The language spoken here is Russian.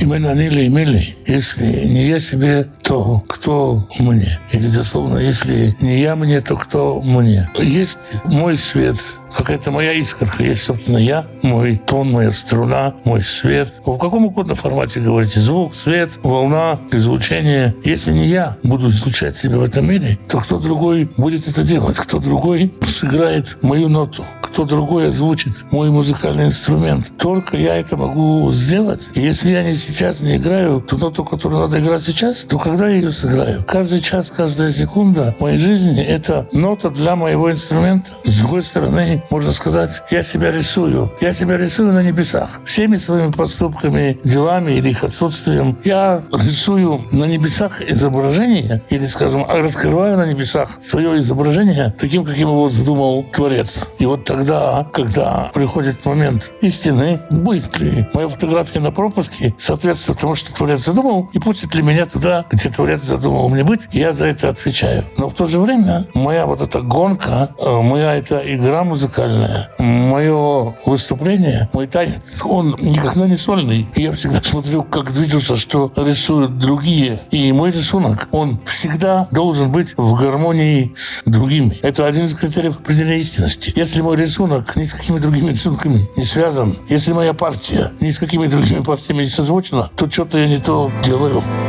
именно Нили и Мили. Если не я себе, то кто мне? Или дословно, если не я мне, то кто мне? Есть мой свет, какая-то моя искорка, есть, собственно, я, мой тон, моя струна, мой свет. В каком угодно формате говорите. Звук, свет, волна, излучение. Если не я буду излучать себя в этом мире, то кто другой будет это делать? Кто другой сыграет мою ноту? Кто другой озвучит мой музыкальный инструмент? Только я это могу сделать. И если я сейчас не играю ту ноту, которую надо играть сейчас, то когда я ее сыграю? Каждый час, каждая секунда моей жизни — это нота для моего инструмента. С другой стороны, можно сказать, я себя рисую. Я себя рисую на небесах. Всеми своими поступками, делами или их отсутствием я рисую на небесах изображение, или, скажем, раскрываю на небесах свое изображение таким, каким его задумал Творец. И вот тогда, когда приходит момент истины, будет ли моя фотография на пропуске соответствует тому, что Творец задумал, и пустит ли меня туда, где Творец задумал мне быть, я за это отвечаю. Но в то же время моя вот эта гонка, моя эта игра музыкальная, мое выступление, мой танец, он никогда не сольный. Я всегда смотрю, как движутся, что рисуют другие. И мой рисунок, он всегда должен быть в гармонии с другими. Это один из критериев определения истинности. Если мой рисунок ни с какими другими рисунками не связан, если моя партия ни с какими другими партиями не созвучна, то что-то я не то делаю.